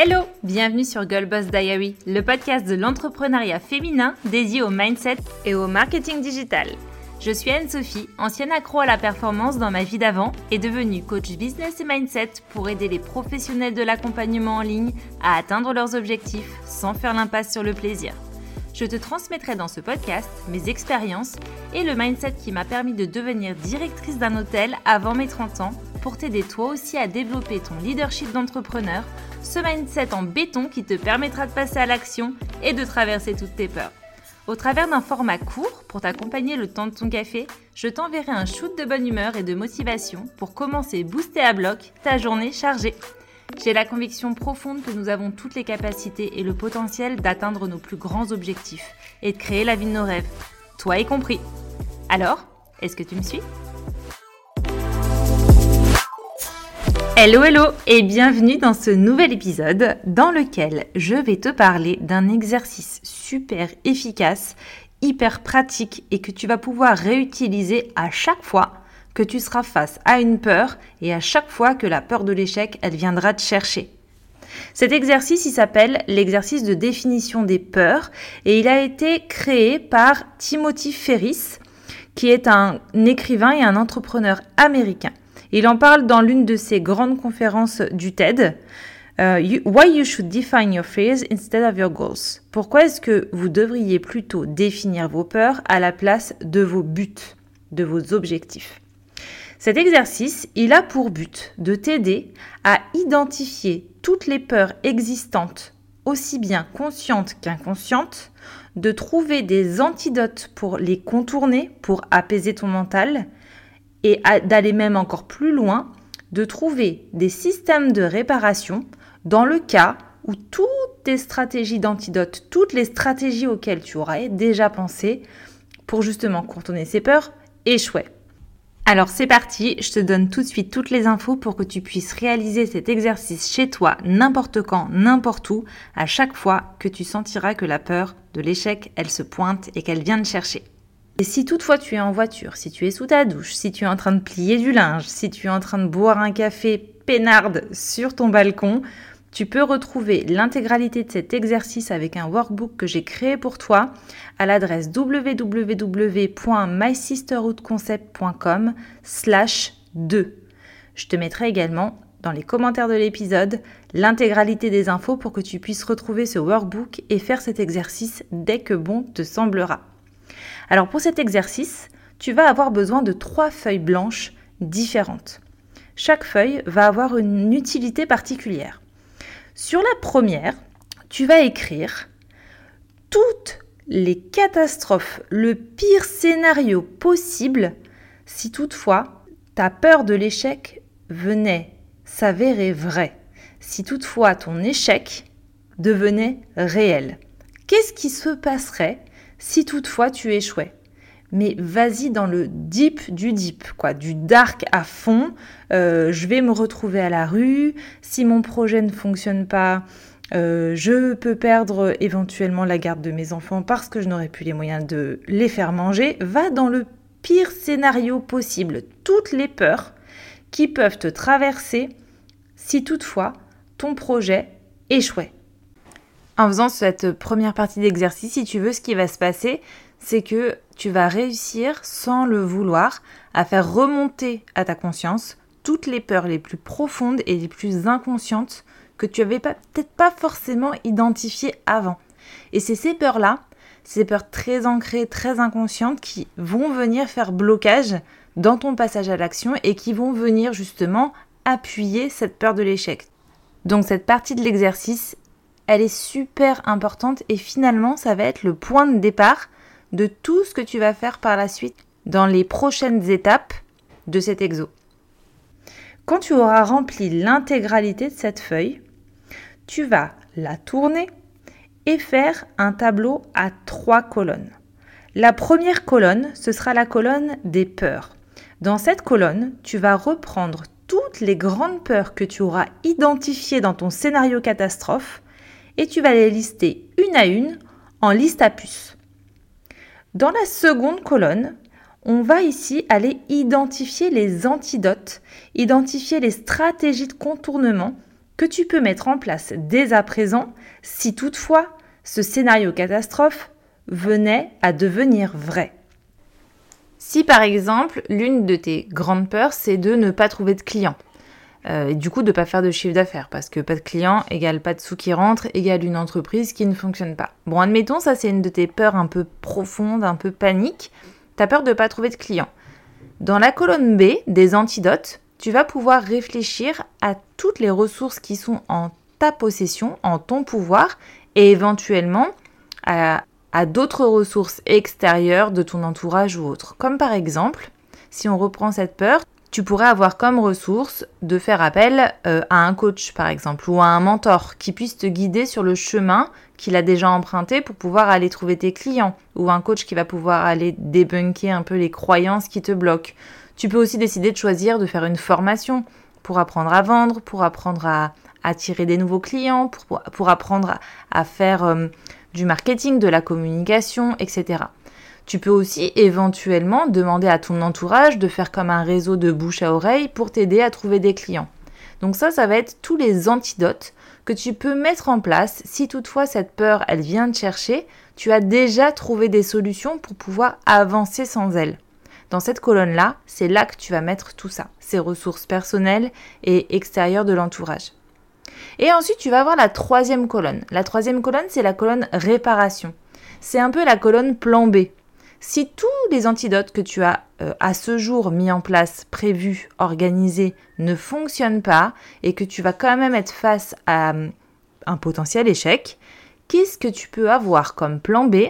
Hello, bienvenue sur Girl Boss Diary, le podcast de l'entrepreneuriat féminin dédié au mindset et au marketing digital. Je suis Anne-Sophie, ancienne accro à la performance dans ma vie d'avant et devenue coach business et mindset pour aider les professionnels de l'accompagnement en ligne à atteindre leurs objectifs sans faire l'impasse sur le plaisir. Je te transmettrai dans ce podcast mes expériences et le mindset qui m'a permis de devenir directrice d'un hôtel avant mes 30 ans pour t'aider toi aussi à développer ton leadership d'entrepreneur, ce mindset en béton qui te permettra de passer à l'action et de traverser toutes tes peurs. Au travers d'un format court pour t'accompagner le temps de ton café, je t'enverrai un shoot de bonne humeur et de motivation pour commencer booster à bloc ta journée chargée. J'ai la conviction profonde que nous avons toutes les capacités et le potentiel d'atteindre nos plus grands objectifs et de créer la vie de nos rêves, toi y compris. Alors, est-ce que tu me suis ? Hello et bienvenue dans ce nouvel épisode dans lequel je vais te parler d'un exercice super efficace, hyper pratique et que tu vas pouvoir réutiliser à chaque fois que tu seras face à une peur et à chaque fois que la peur de l'échec, elle viendra te chercher. Cet exercice, il s'appelle l'exercice de définition des peurs et il a été créé par Timothy Ferriss, qui est un écrivain et un entrepreneur américain. Il en parle dans l'une de ses grandes conférences du TED. Why you should define your fears instead of your goals. Pourquoi est-ce que vous devriez plutôt définir vos peurs à la place de vos buts, de vos objectifs. Cet exercice, il a pour but de t'aider à identifier toutes les peurs existantes, aussi bien conscientes qu'inconscientes, de trouver des antidotes pour les contourner, pour apaiser ton mental, et d'aller même encore plus loin, de trouver des systèmes de réparation dans le cas où toutes tes stratégies d'antidote, toutes les stratégies auxquelles tu aurais déjà pensé pour justement contourner ces peurs, échouaient. Alors c'est parti, je te donne tout de suite toutes les infos pour que tu puisses réaliser cet exercice chez toi, n'importe quand, n'importe où, à chaque fois que tu sentiras que la peur de l'échec, elle se pointe et qu'elle vient te chercher. Et si toutefois tu es en voiture, si tu es sous ta douche, si tu es en train de plier du linge, si tu es en train de boire un café peinarde sur ton balcon, tu peux retrouver l'intégralité de cet exercice avec un workbook que j'ai créé pour toi à l'adresse www.mysisterhoodconcept.com/2. Je te mettrai également dans les commentaires de l'épisode l'intégralité des infos pour que tu puisses retrouver ce workbook et faire cet exercice dès que bon te semblera. Alors pour cet exercice, tu vas avoir besoin de 3 feuilles blanches différentes. Chaque feuille va avoir une utilité particulière. Sur la première, tu vas écrire toutes les catastrophes, le pire scénario possible si toutefois ta peur de l'échec venait s'avérer vraie, si toutefois ton échec devenait réel. Qu'est-ce qui se passerait si toutefois tu échouais? Mais vas-y dans le deep du deep, du dark à fond. Je vais me retrouver à la rue. Si mon projet ne fonctionne pas, je peux perdre éventuellement la garde de mes enfants parce que je n'aurai plus les moyens de les faire manger. Va dans le pire scénario possible. Toutes les peurs qui peuvent te traverser si toutefois ton projet échouait. En faisant cette première partie d'exercice, si tu veux, ce qui va se passer, c'est que tu vas réussir, sans le vouloir, à faire remonter à ta conscience toutes les peurs les plus profondes et les plus inconscientes que tu n'avais peut-être pas forcément identifiées avant. Et c'est ces peurs-là, ces peurs très ancrées, très inconscientes, qui vont venir faire blocage dans ton passage à l'action et qui vont venir justement appuyer cette peur de l'échec. Donc cette partie de l'exercice, elle est super importante et finalement, ça va être le point de départ de tout ce que tu vas faire par la suite dans les prochaines étapes de cet exo. Quand tu auras rempli l'intégralité de cette feuille, tu vas la tourner et faire un tableau à 3 colonnes. La première colonne, ce sera la colonne des peurs. Dans cette colonne, tu vas reprendre toutes les grandes peurs que tu auras identifiées dans ton scénario catastrophe et tu vas les lister une à une en liste à puces. Dans la seconde colonne, on va ici aller identifier les antidotes, identifier les stratégies de contournement que tu peux mettre en place dès à présent si toutefois ce scénario catastrophe venait à devenir vrai. Si par exemple, l'une de tes grandes peurs, c'est de ne pas trouver de clients, et du coup de ne pas faire de chiffre d'affaires, parce que pas de clients égale pas de sous qui rentrent, égale une entreprise qui ne fonctionne pas. Bon, admettons, ça c'est une de tes peurs un peu profondes, un peu panique, tu as peur de ne pas trouver de clients. Dans la colonne B, des antidotes, tu vas pouvoir réfléchir à toutes les ressources qui sont en ta possession, en ton pouvoir, et éventuellement à d'autres ressources extérieures de ton entourage ou autres. Comme par exemple, si on reprend cette peur, tu pourrais avoir comme ressource de faire appel à un coach par exemple, ou à un mentor qui puisse te guider sur le chemin qu'il a déjà emprunté pour pouvoir aller trouver tes clients, ou un coach qui va pouvoir aller débunker un peu les croyances qui te bloquent. Tu peux aussi décider de choisir de faire une formation pour apprendre à vendre, pour apprendre à attirer des nouveaux clients, pour apprendre à faire du marketing, de la communication, etc. Tu peux aussi éventuellement demander à ton entourage de faire comme un réseau de bouche à oreille pour t'aider à trouver des clients. Donc ça va être tous les antidotes que tu peux mettre en place. Si toutefois cette peur, elle vient te chercher, tu as déjà trouvé des solutions pour pouvoir avancer sans elle. Dans cette colonne-là, c'est là que tu vas mettre tout ça, ces ressources personnelles et extérieures de l'entourage. Et ensuite, tu vas avoir la troisième colonne. La troisième colonne, c'est la colonne réparation. C'est un peu la colonne plan B. Si tous les antidotes que tu as à ce jour mis en place, prévus, organisés, ne fonctionnent pas et que tu vas quand même être face à un potentiel échec, qu'est-ce que tu peux avoir comme plan B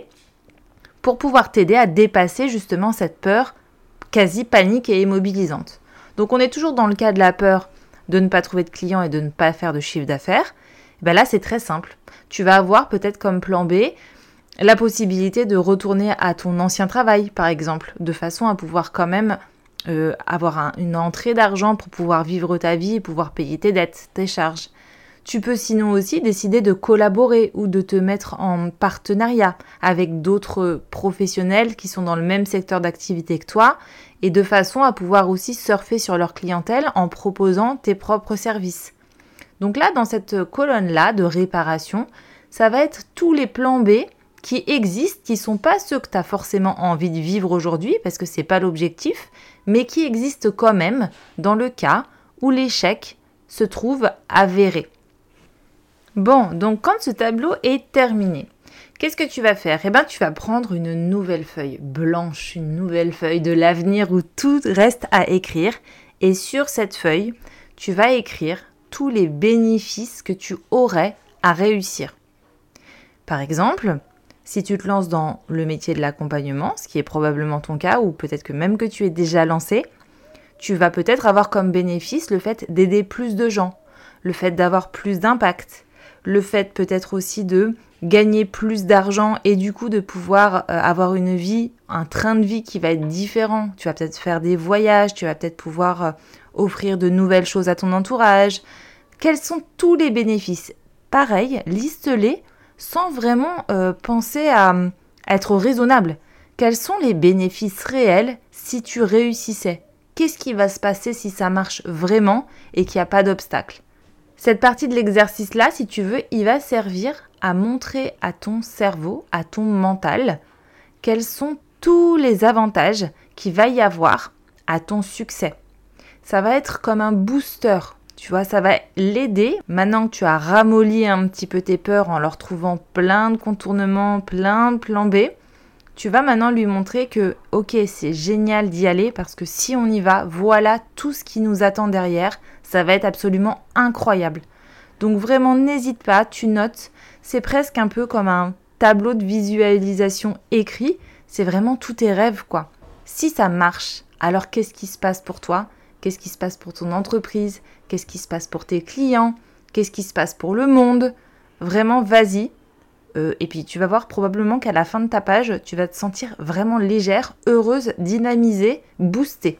pour pouvoir t'aider à dépasser justement cette peur quasi panique et immobilisante? Donc on est toujours dans le cas de la peur de ne pas trouver de clients et de ne pas faire de chiffre d'affaires. Ben là, c'est très simple. Tu vas avoir peut-être comme plan B la possibilité de retourner à ton ancien travail, par exemple, de façon à pouvoir quand même avoir une entrée d'argent pour pouvoir vivre ta vie et pouvoir payer tes dettes, tes charges. Tu peux sinon aussi décider de collaborer ou de te mettre en partenariat avec d'autres professionnels qui sont dans le même secteur d'activité que toi et de façon à pouvoir aussi surfer sur leur clientèle en proposant tes propres services. Donc là, dans cette colonne-là de réparation, ça va être tous les plans B qui existent, qui ne sont pas ceux que tu as forcément envie de vivre aujourd'hui parce que ce n'est pas l'objectif, mais qui existent quand même dans le cas où l'échec se trouve avéré. Bon, donc quand ce tableau est terminé, qu'est-ce que tu vas faire ? Eh bien, tu vas prendre une nouvelle feuille blanche, une nouvelle feuille de l'avenir où tout reste à écrire. Et sur cette feuille, tu vas écrire tous les bénéfices que tu aurais à réussir. Par exemple, si tu te lances dans le métier de l'accompagnement, ce qui est probablement ton cas, ou peut-être que même que tu es déjà lancé, tu vas peut-être avoir comme bénéfice le fait d'aider plus de gens, le fait d'avoir plus d'impact, le fait peut-être aussi de gagner plus d'argent et du coup de pouvoir avoir une vie, un train de vie qui va être différent. Tu vas peut-être faire des voyages, tu vas peut-être pouvoir offrir de nouvelles choses à ton entourage. Quels sont tous les bénéfices ? Pareil, liste-les sans vraiment penser à être raisonnable. Quels sont les bénéfices réels si tu réussissais ? Qu'est-ce qui va se passer si ça marche vraiment et qu'il n'y a pas d'obstacle ? Cette partie de l'exercice-là, si tu veux, il va servir à montrer à ton cerveau, à ton mental, quels sont tous les avantages qu'il va y avoir à ton succès. Ça va être comme un booster, tu vois, ça va l'aider. Maintenant que tu as ramolli un petit peu tes peurs en leur trouvant plein de contournements, plein de plans B, tu vas maintenant lui montrer que, ok, c'est génial d'y aller parce que si on y va, voilà tout ce qui nous attend derrière. Ça va être absolument incroyable. Donc vraiment, n'hésite pas, tu notes. C'est presque un peu comme un tableau de visualisation écrit. C'est vraiment tous tes rêves, quoi. Si ça marche, alors qu'est-ce qui se passe pour toi ? Qu'est-ce qui se passe pour ton entreprise ? Qu'est-ce qui se passe pour tes clients ? Qu'est-ce qui se passe pour le monde ? Vraiment, vas-y. Et puis tu vas voir probablement qu'à la fin de ta page, tu vas te sentir vraiment légère, heureuse, dynamisée, boostée.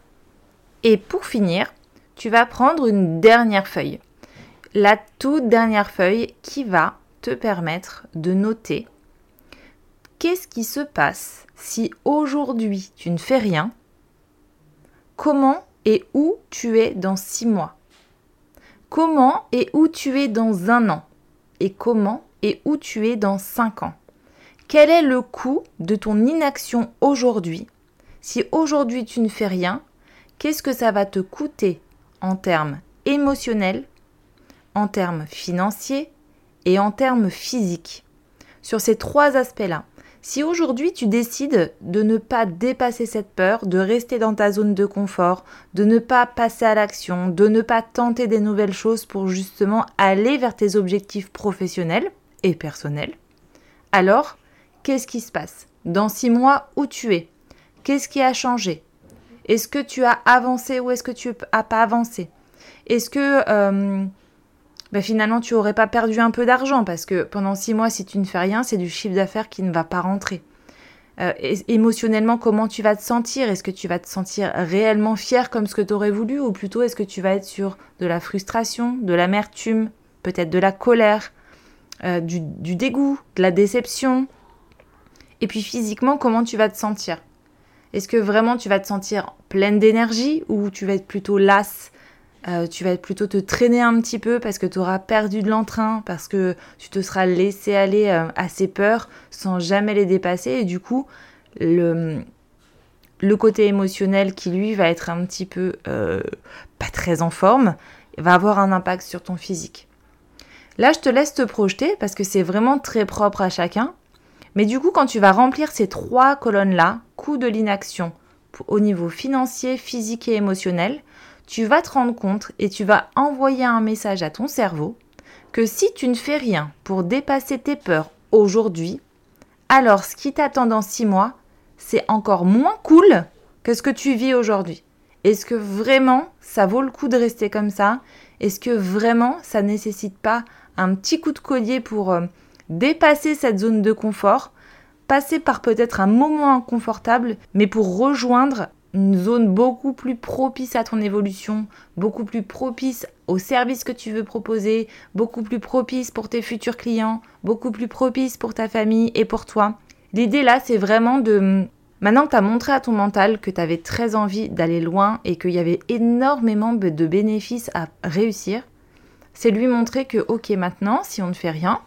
Et pour finir, tu vas prendre une dernière feuille. La toute dernière feuille qui va te permettre de noter qu'est-ce qui se passe si aujourd'hui tu ne fais rien, comment et où tu es dans 6 mois. Comment et où tu es dans 1 an? Et comment et où tu es dans 5 ans? Quel est le coût de ton inaction aujourd'hui? Si aujourd'hui tu ne fais rien, qu'est-ce que ça va te coûter en termes émotionnels, en termes financiers et en termes physiques? Sur ces 3 aspects-là. Si aujourd'hui tu décides de ne pas dépasser cette peur, de rester dans ta zone de confort, de ne pas passer à l'action, de ne pas tenter des nouvelles choses pour justement aller vers tes objectifs professionnels et personnels, alors qu'est-ce qui se passe? Dans 6 mois, où tu es? Qu'est-ce qui a changé? Est-ce que tu as avancé ou est-ce que tu n'as pas avancé? Est-ce que finalement tu n'aurais pas perdu un peu d'argent? Parce que pendant 6 mois, si tu ne fais rien, c'est du chiffre d'affaires qui ne va pas rentrer. Émotionnellement, comment tu vas te sentir? Est-ce que tu vas te sentir réellement fier comme ce que tu aurais voulu? Ou plutôt, est-ce que tu vas être sur de la frustration, de l'amertume, peut-être de la colère, du dégoût, de la déception? Et puis physiquement, comment tu vas te sentir? Est-ce que vraiment tu vas te sentir pleine d'énergie ou tu vas être plutôt lasse? Tu vas plutôt te traîner un petit peu parce que tu auras perdu de l'entrain, parce que tu te seras laissé aller à ces peurs sans jamais les dépasser. Et du coup, le côté émotionnel qui lui va être un petit peu pas très en forme, va avoir un impact sur ton physique. Là, je te laisse te projeter parce que c'est vraiment très propre à chacun. Mais du coup, quand tu vas remplir ces 3 colonnes-là, coût de l'inaction au niveau financier, physique et émotionnel, tu vas te rendre compte et tu vas envoyer un message à ton cerveau que si tu ne fais rien pour dépasser tes peurs aujourd'hui, alors ce qui t'attend dans 6 mois, c'est encore moins cool que ce que tu vis aujourd'hui. Est-ce que vraiment ça vaut le coup de rester comme ça? Est-ce que vraiment ça ne nécessite pas un petit coup de collier pour dépasser cette zone de confort, passer par peut-être un moment inconfortable, mais pour rejoindre une zone beaucoup plus propice à ton évolution, beaucoup plus propice aux services que tu veux proposer, beaucoup plus propice pour tes futurs clients, beaucoup plus propice pour ta famille et pour toi. L'idée là, c'est vraiment maintenant que tu as montré à ton mental que tu avais très envie d'aller loin et qu'il y avait énormément de bénéfices à réussir, c'est lui montrer que ok, maintenant, si on ne fait rien,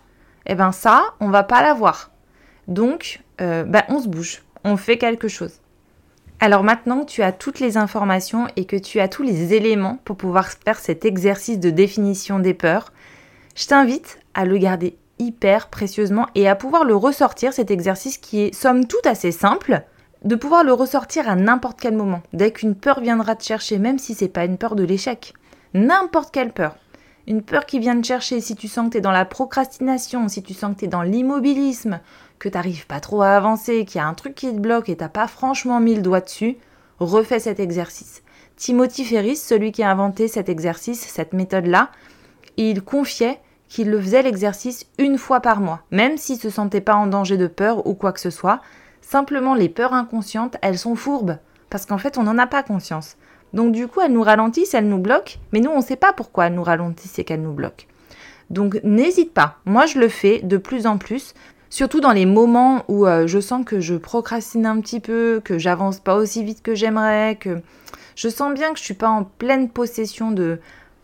ça, on va pas l'avoir. Donc, on se bouge, on fait quelque chose. Alors maintenant que tu as toutes les informations et que tu as tous les éléments pour pouvoir faire cet exercice de définition des peurs, je t'invite à le garder hyper précieusement et à pouvoir le ressortir, cet exercice qui est somme toute assez simple, de pouvoir le ressortir à n'importe quel moment. Dès qu'une peur viendra te chercher, même si c'est pas une peur de l'échec, n'importe quelle peur. Une peur qui vient te chercher, si tu sens que tu es dans la procrastination, si tu sens que tu es dans l'immobilisme, que tu n'arrives pas trop à avancer, qu'il y a un truc qui te bloque et tu n'as pas franchement mis le doigt dessus, refais cet exercice. Timothy Ferriss, celui qui a inventé cet exercice, cette méthode-là, il confiait qu'il le faisait l'exercice 1 fois par mois, même s'il ne se sentait pas en danger de peur ou quoi que ce soit. Simplement, les peurs inconscientes, elles sont fourbes, parce qu'en fait, on n'en a pas conscience. Donc du coup, elles nous ralentissent, elles nous bloquent, mais nous, on ne sait pas pourquoi elles nous ralentissent et qu'elles nous bloquent. Donc n'hésite pas, moi je le fais de plus en plus, surtout dans les moments où je sens que je procrastine un petit peu, que j'avance pas aussi vite que j'aimerais, que je sens bien que je suis pas en pleine possession de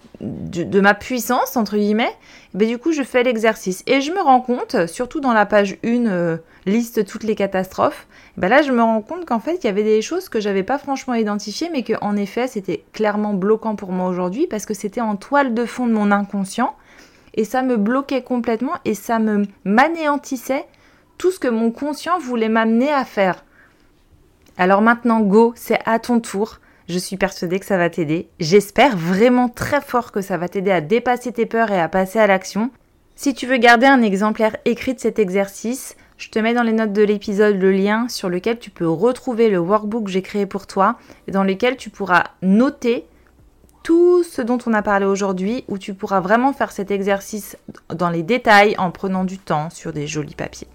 ma puissance, entre guillemets, du coup je fais l'exercice. Et je me rends compte, surtout dans la page 1, liste toutes les catastrophes, là je me rends compte qu'en fait il y avait des choses que j'avais pas franchement identifiées, mais qu'en effet c'était clairement bloquant pour moi aujourd'hui, parce que c'était en toile de fond de mon inconscient, et ça me bloquait complètement, et ça m'anéantissait tout ce que mon conscient voulait m'amener à faire. Alors maintenant, go, c'est à ton tour. Je suis persuadée que ça va t'aider. J'espère vraiment très fort que ça va t'aider à dépasser tes peurs et à passer à l'action. Si tu veux garder un exemplaire écrit de cet exercice, je te mets dans les notes de l'épisode le lien sur lequel tu peux retrouver le workbook que j'ai créé pour toi et dans lequel tu pourras noter tout ce dont on a parlé aujourd'hui, où tu pourras vraiment faire cet exercice dans les détails en prenant du temps sur des jolis papiers.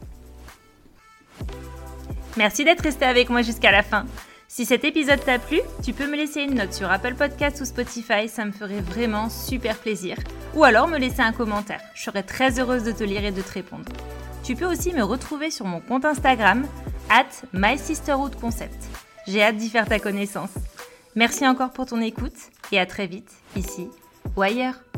Merci d'être resté avec moi jusqu'à la fin. Si cet épisode t'a plu, tu peux me laisser une note sur Apple Podcasts ou Spotify, ça me ferait vraiment super plaisir. Ou alors me laisser un commentaire, je serais très heureuse de te lire et de te répondre. Tu peux aussi me retrouver sur mon compte Instagram, @mysisterhoodconcept. J'ai hâte d'y faire ta connaissance. Merci encore pour ton écoute et à très vite, ici ou ailleurs.